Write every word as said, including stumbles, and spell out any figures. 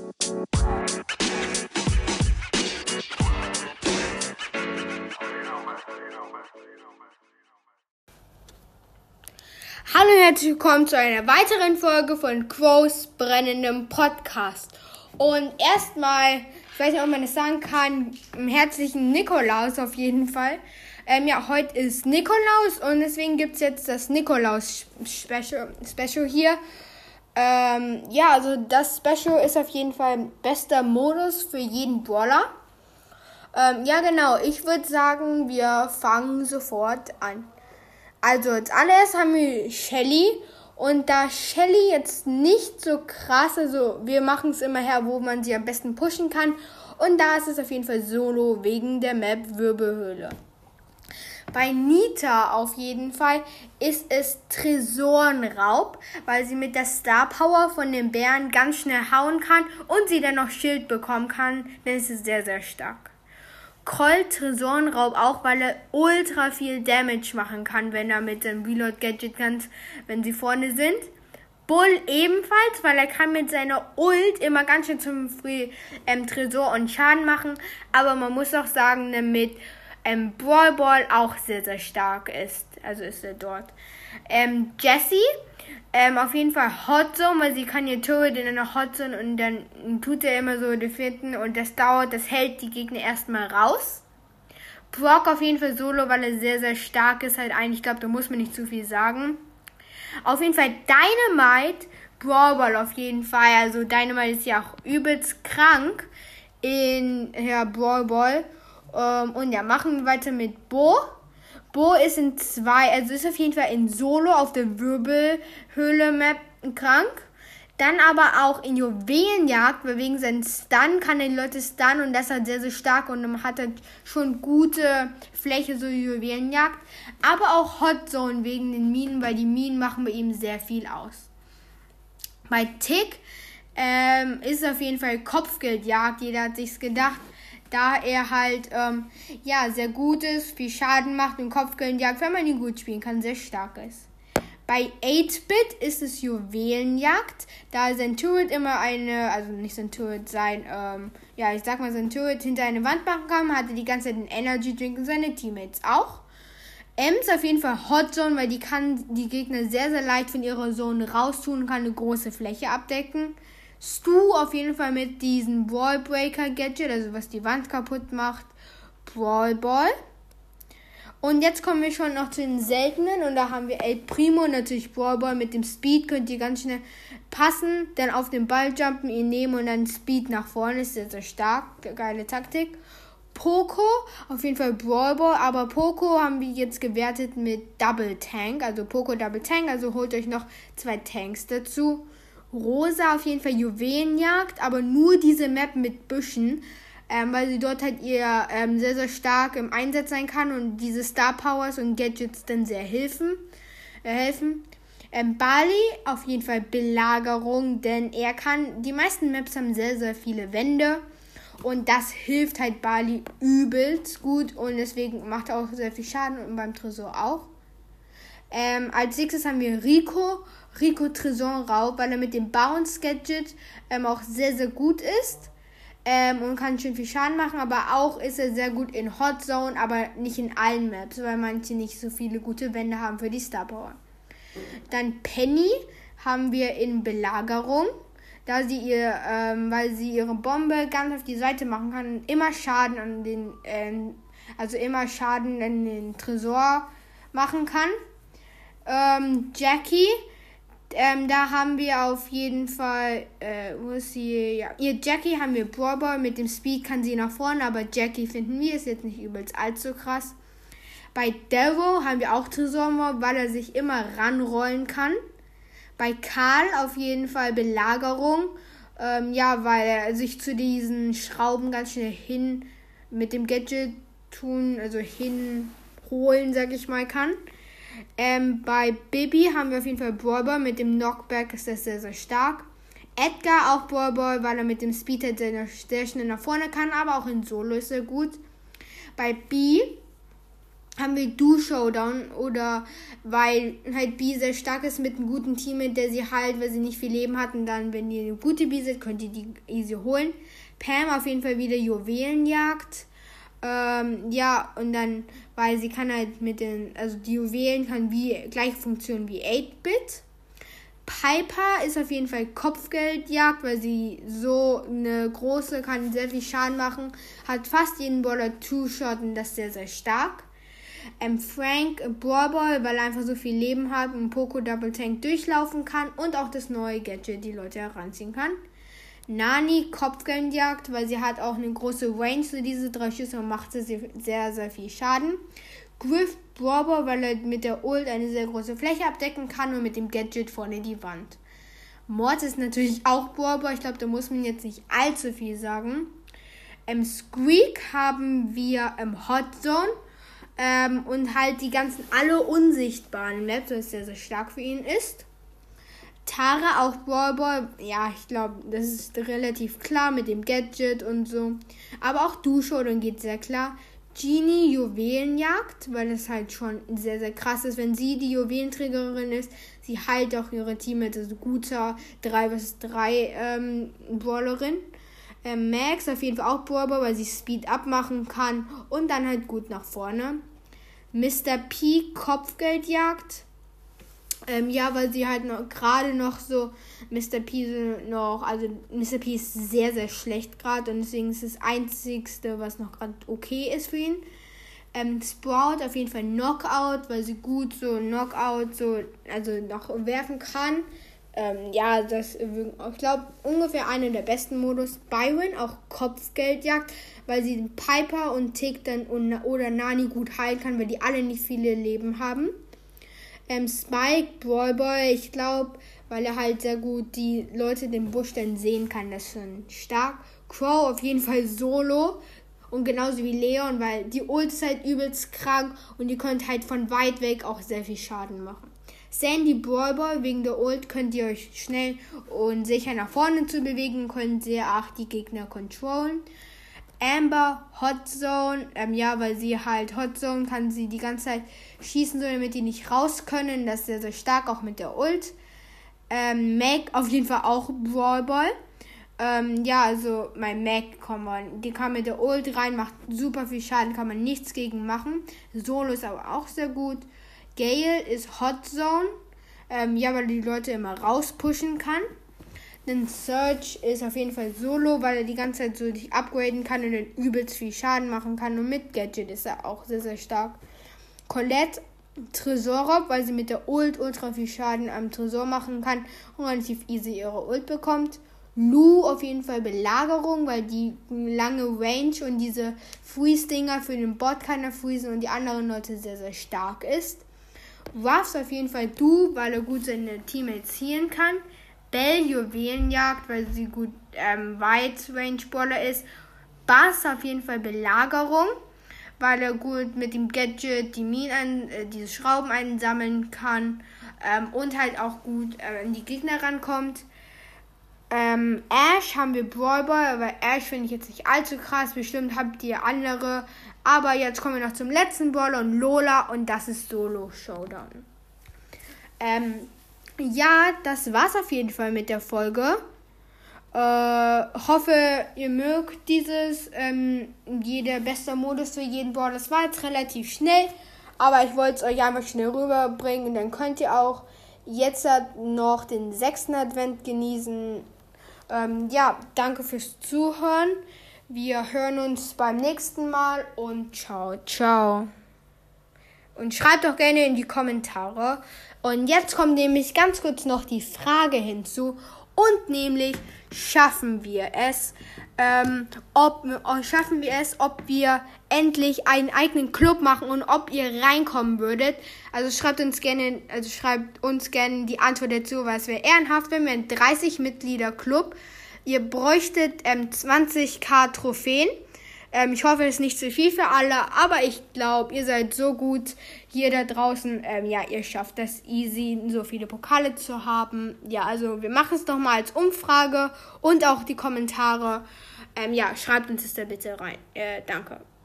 Hallo und herzlich willkommen zu einer weiteren Folge von Quos brennendem Podcast. Und erstmal, ich weiß nicht, ob man das sagen kann, einen herzlichen Nikolaus auf jeden Fall. Ähm, ja, heute ist Nikolaus und deswegen gibt es jetzt das Nikolaus-Special Special hier. Ähm, ja, also das Special ist auf jeden Fall bester Modus für jeden Brawler. Ähm, ja, genau, ich würde sagen, wir fangen sofort an. Also als allererstes haben wir Shelly und da Shelly jetzt nicht so krass, also wir machen es immer her, wo man sie am besten pushen kann und da ist es auf jeden Fall Solo wegen der Map Wirbelhöhle. Bei Nita auf jeden Fall ist es Tresorenraub, weil sie mit der Star Power von den Bären ganz schnell hauen kann und sie dann noch Schild bekommen kann, denn es ist sehr, sehr stark. Colt Tresorenraub auch, weil er ultra viel Damage machen kann, wenn er mit seinem Reload-Gadget kann, wenn sie vorne sind. Bull ebenfalls, weil er kann mit seiner Ult immer ganz schön zum Free, ähm, Tresor und Schaden machen. Aber man muss auch sagen, damit ähm, Brawl Ball auch sehr, sehr stark ist. Also ist er dort. Ähm, Jessie, ähm, auf jeden Fall Hot Zone, weil sie kann ihr Turret in einer Hot Zone und dann tut er immer so defenden und das dauert, das hält die Gegner erstmal raus. Brock auf jeden Fall Solo, weil er sehr, sehr stark ist, halt eigentlich, ich glaube, da muss man nicht zu viel sagen. Auf jeden Fall Dynamite, Brawl Ball auf jeden Fall, also Dynamite ist ja auch übelst krank in ja, Brawl Ball. Ähm, und ja, machen wir weiter mit Bo. Bo ist in zwei, also ist auf jeden Fall in Solo auf der Wirbelhöhle-Map krank. Dann aber auch in Juwelenjagd, weil wegen seinem Stun kann er die Leute stunnen und das ist halt sehr, sehr stark und man hat halt schon gute Fläche, so Juwelenjagd. Aber auch Hot Zone wegen den Minen, weil die Minen machen bei ihm sehr viel aus. Bei Tick ähm, ist auf jeden Fall Kopfgeldjagd, jeder hat sich's gedacht. Da er halt, ähm, ja, sehr gut ist, viel Schaden macht und Kopfgeldjagd, wenn man ihn gut spielen kann, sehr stark ist. Bei acht-Bit ist es Juwelenjagd, da sein Turret immer eine, also nicht sein Turret, sein, ähm, ja, ich sag mal, sein Turret hinter eine Wand machen kann, hatte die ganze Zeit einen Energy Drink und seine Teammates auch. Ems auf jeden Fall Hot Zone, weil die kann die Gegner sehr, sehr leicht von ihrer Zone raustun und kann eine große Fläche abdecken. Stu auf jeden Fall mit diesem Brawl Breaker Gadget, also was die Wand kaputt macht. Brawl Ball. Und jetzt kommen wir schon noch zu den seltenen und da haben wir El Primo und natürlich Brawl Ball mit dem Speed, könnt ihr ganz schnell passen, dann auf den Ball jumpen, ihn nehmen und dann Speed nach vorne, ist sehr, sehr stark, geile Taktik. Poco, auf jeden Fall Brawl Ball, aber Poco haben wir jetzt gewertet mit Double Tank, also Poco Double Tank, also holt euch noch zwei Tanks dazu. Rosa auf jeden Fall Juwelenjagd, aber nur diese Map mit Büschen, ähm, weil sie dort halt ihr ähm, sehr, sehr stark im Einsatz sein kann und diese Star Powers und Gadgets dann sehr helfen. Äh, helfen. Ähm, Barley auf jeden Fall Belagerung, denn er kann, die meisten Maps haben sehr, sehr viele Wände und das hilft halt Barley übelst gut und deswegen macht er auch sehr viel Schaden und beim Tresor auch. Ähm, als nächstes haben wir Rico. Rico Tresorenraub, weil er mit dem Bounce-Gadget ähm, auch sehr, sehr gut ist. Ähm, und kann schön viel Schaden machen, aber auch ist er sehr gut in Hot Zone, aber nicht in allen Maps, weil manche nicht so viele gute Wände haben für die Star Power. Dann Penny haben wir in Belagerung, da sie ihr, ähm, weil sie ihre Bombe ganz auf die Seite machen kann und immer Schaden an den, ähm, also immer Schaden an den Tresor machen kann. Ähm, Jackie, ähm, da haben wir auf jeden Fall, äh, wo ist sie? Ja, ihr Jackie haben wir Brawl Ball, mit dem Speed kann sie nach vorne, aber Jackie finden wir, ist jetzt nicht übelst allzu krass. Bei Devo haben wir auch Tresormob, weil er sich immer ranrollen kann. Bei Karl auf jeden Fall Belagerung, ähm, ja, weil er sich zu diesen Schrauben ganz schnell hin mit dem Gadget tun, also hinholen, sag ich mal, kann. Ähm, bei Bibi haben wir auf jeden Fall Brawl Ball, mit dem Knockback ist das sehr, sehr stark. Edgar auch Brawl Ball, weil er mit dem Speed halt sehr, sehr schnell nach vorne kann, aber auch in Solo ist er gut. Bei B haben wir Do Showdown, oder weil halt B sehr stark ist mit einem guten Team, mit der sie halt, weil sie nicht viel Leben hatten, dann, wenn ihr eine gute B seid, könnt ihr die easy holen. Pam auf jeden Fall wieder Juwelenjagd. Ähm, ja, und dann, weil sie kann halt mit den, also die Juwelen kann wie, gleiche Funktion wie acht-Bit. Piper ist auf jeden Fall Kopfgeldjagd, weil sie so eine große, kann sehr viel Schaden machen, hat fast jeden Brawler Two-Shot und das ist sehr, sehr stark. Ähm, Frank Brawlball, weil er einfach so viel Leben hat und Poco Double Tank durchlaufen kann und auch das neue Gadget die Leute heranziehen kann. Nani Kopfgeldjagd, weil sie hat auch eine große Range, so diese drei Schüsse, und macht sie sehr, sehr viel Schaden. Griff Brawlball, weil er mit der Ult eine sehr große Fläche abdecken kann und mit dem Gadget vorne die Wand. Mortis ist natürlich auch Brawlball, ich glaube, da muss man jetzt nicht allzu viel sagen. Im Squeak haben wir im Hot Zone ähm, und halt die ganzen, alle unsichtbaren Maps, was sehr, sehr stark für ihn ist. Tara auch Brawlball, ja, ich glaube, das ist relativ klar mit dem Gadget und so. Aber auch Do Showdown geht sehr klar. Genie Juwelenjagd, weil das halt schon sehr, sehr krass ist, wenn sie die Juwelenträgerin ist. Sie heilt auch ihre Teammates, also guter drei versus drei ähm, Brawlerin. Ähm, Max auf jeden Fall auch Brawler, weil sie Speed up machen kann und dann halt gut nach vorne. Mister P Kopfgeldjagd. Ähm, ja, weil sie halt noch gerade noch so Mister P so noch, also Mister P ist sehr, sehr schlecht gerade und deswegen ist das Einzigste, was noch gerade okay ist für ihn. Ähm, Sprout auf jeden Fall Knockout, weil sie gut so Knockout so, also noch werfen kann. Ähm, ja, das, ich glaube, ungefähr einer der besten Modus. Byron, auch Kopfgeldjagd, weil sie den Piper und Tick dann oder Nani gut heilen kann, weil die alle nicht viele Leben haben. Ähm, Spike, Brawlboy, ich glaube, weil er halt sehr gut die Leute in dem Busch dann sehen kann, das ist schon stark. Crow auf jeden Fall Solo und genauso wie Leon, weil die Ult ist halt übelst krank und ihr könnt halt von weit weg auch sehr viel Schaden machen. Sandy Brawlboy, wegen der Ult könnt ihr euch schnell und sicher nach vorne zu bewegen, könnt ihr auch die Gegner controllen. Amber, Hot Zone, ähm, ja, weil sie halt Hot Zone kann sie die ganze Zeit schießen, so damit die nicht raus können. Das ist sehr, sehr stark, auch mit der Ult. Ähm, Mac auf jeden Fall auch Brawlball. Ähm, ja, also mein Mac kann man, die kann mit der Ult rein, macht super viel Schaden, kann man nichts gegen machen. Solo ist aber auch sehr gut. Gale ist Hot Zone, ähm, ja, weil die Leute immer rauspushen kann. Dann Surge ist auf jeden Fall Solo, weil er die ganze Zeit so dich upgraden kann und dann übelst viel Schaden machen kann. Und mit Gadget ist er auch sehr, sehr stark. Colette Tresorraub, weil sie mit der Ult ultra viel Schaden am Tresor machen kann und relativ easy ihre Ult bekommt. Lu auf jeden Fall Belagerung, weil die lange Range und diese Freeze-Dinger für den Bot kann er freezen und die anderen Leute sehr, sehr stark ist. Ruffs auf jeden Fall Du, weil er gut seine Teammates healen kann. Belle Juwelenjagd, weil sie gut ähm, Wide-Range-Baller ist. Bass auf jeden Fall Belagerung, weil er gut mit dem Gadget die Minen, äh, diese Schrauben einsammeln kann ähm, und halt auch gut äh, an die Gegner rankommt. Ähm, Ash haben wir Brawlboy, aber Ash finde ich jetzt nicht allzu krass. Bestimmt habt ihr andere. Aber jetzt kommen wir noch zum letzten Brawler und Lola und das ist Solo Showdown. Ähm, ja, das war's auf jeden Fall mit der Folge. Äh, hoffe, ihr mögt dieses, ähm, jeder beste Modus für jeden Brawler. Das war jetzt relativ schnell, aber ich wollte es euch einfach schnell rüberbringen. Dann könnt ihr auch jetzt noch den sechsten Advent genießen. Ähm, ja, danke fürs Zuhören. Wir hören uns beim nächsten Mal und ciao, ciao. Und schreibt doch gerne in die Kommentare. Und jetzt kommt nämlich ganz kurz noch die Frage hinzu. Und nämlich, schaffen wir es, ähm, ob schaffen wir es, ob wir endlich einen eigenen Club machen und ob ihr reinkommen würdet. Also schreibt uns gerne, also schreibt uns gerne die Antwort dazu, weil es wäre ehrenhaft, wenn wir einen dreißig Mitglieder Club. Ihr bräuchtet ähm, zwanzigtausend Trophäen. Ähm, ich hoffe, es ist nicht zu viel für alle, aber ich glaube, ihr seid so gut hier da draußen. Ähm, ja, ihr schafft das easy, so viele Pokale zu haben. Ja, also wir machen es doch mal als Umfrage und auch die Kommentare. Ähm, ja, schreibt uns das da bitte rein. Äh, danke.